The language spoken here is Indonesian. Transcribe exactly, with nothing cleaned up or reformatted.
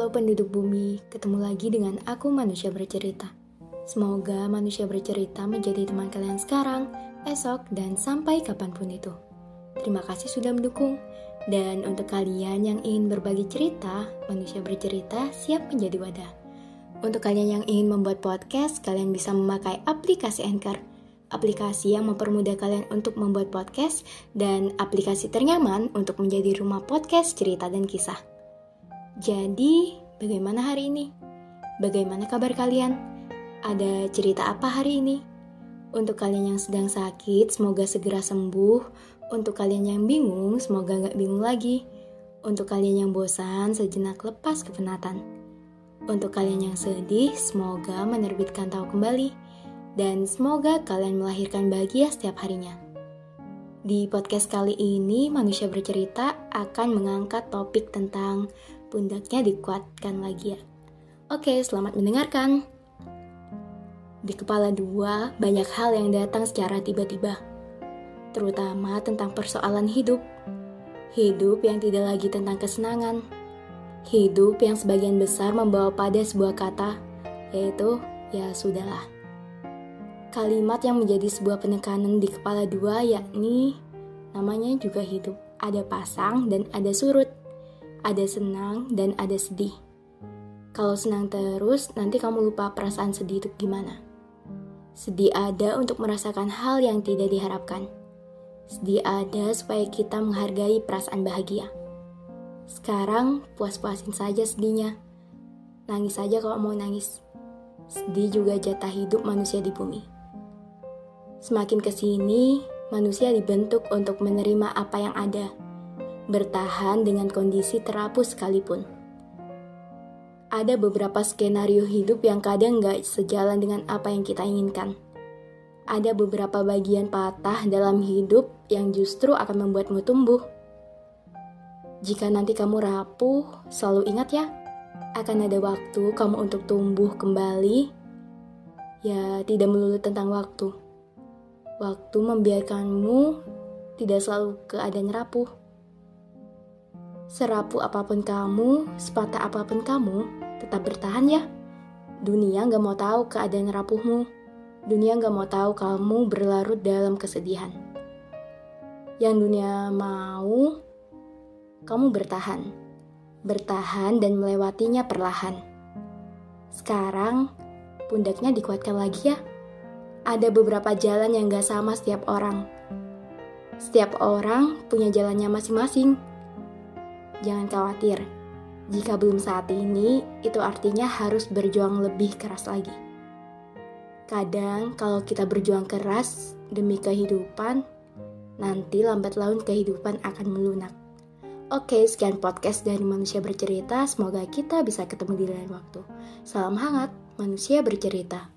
Halo penduduk bumi, ketemu lagi dengan aku Manusia Bercerita. Semoga Manusia Bercerita menjadi teman kalian sekarang, esok, dan sampai kapanpun itu. Terima kasih sudah mendukung. Dan untuk kalian yang ingin berbagi cerita, Manusia Bercerita siap menjadi wadah. Untuk kalian yang ingin membuat podcast, kalian bisa memakai aplikasi Anchor. Aplikasi yang mempermudah kalian untuk membuat podcast dan aplikasi ternyaman untuk menjadi rumah podcast cerita dan kisah. Jadi, bagaimana hari ini? Bagaimana kabar kalian? Ada cerita apa hari ini? Untuk kalian yang sedang sakit, semoga segera sembuh. Untuk kalian yang bingung, semoga gak bingung lagi. Untuk kalian yang bosan, sejenak lepas kepenatan. Untuk kalian yang sedih, semoga menerbitkan tahu kembali. Dan semoga kalian melahirkan bahagia setiap harinya. Di podcast kali ini, Manusia Bercerita akan mengangkat topik tentang pundaknya dikuatkan lagi ya. Oke, selamat mendengarkan. Di kepala dua, banyak hal yang datang secara tiba-tiba. Terutama tentang persoalan hidup. Hidup yang tidak lagi tentang kesenangan. Hidup yang sebagian besar membawa pada sebuah kata, yaitu, ya sudahlah. Kalimat yang menjadi sebuah penekanan di kepala dua yakni, namanya juga hidup. Ada pasang dan ada surut. Ada senang dan ada sedih. Kalau senang terus, nanti kamu lupa perasaan sedih itu gimana. Sedih ada untuk merasakan hal yang tidak diharapkan. Sedih ada supaya kita menghargai perasaan bahagia. Sekarang, puas-puasin saja sedihnya. Nangis saja kalau mau nangis. Sedih juga jatah hidup manusia di bumi. Semakin kesini, manusia dibentuk untuk menerima apa yang ada. Bertahan dengan kondisi terapuh sekalipun. Ada beberapa skenario hidup yang kadang gak sejalan dengan apa yang kita inginkan. Ada beberapa bagian patah dalam hidup yang justru akan membuatmu tumbuh. Jika nanti kamu rapuh, selalu ingat ya, akan ada waktu kamu untuk tumbuh kembali. Ya, tidak melulu tentang waktu. Waktu membiarkanmu tidak selalu keadaan rapuh. Serapuh apapun kamu, sepatah apapun kamu, tetap bertahan ya. Dunia gak mau tahu keadaan rapuhmu. Dunia gak mau tahu kamu berlarut dalam kesedihan. Yang dunia mau, kamu bertahan. Bertahan dan melewatinya perlahan. Sekarang, pundaknya dikuatkan lagi ya. Ada beberapa jalan yang gak sama setiap orang. Setiap orang punya jalannya masing-masing. Jangan khawatir, jika belum saat ini, itu artinya harus berjuang lebih keras lagi. Kadang kalau kita berjuang keras demi kehidupan, nanti lambat laun kehidupan akan melunak. Oke, sekian podcast dari Manusia Bercerita, semoga kita bisa ketemu di lain waktu. Salam hangat, Manusia Bercerita.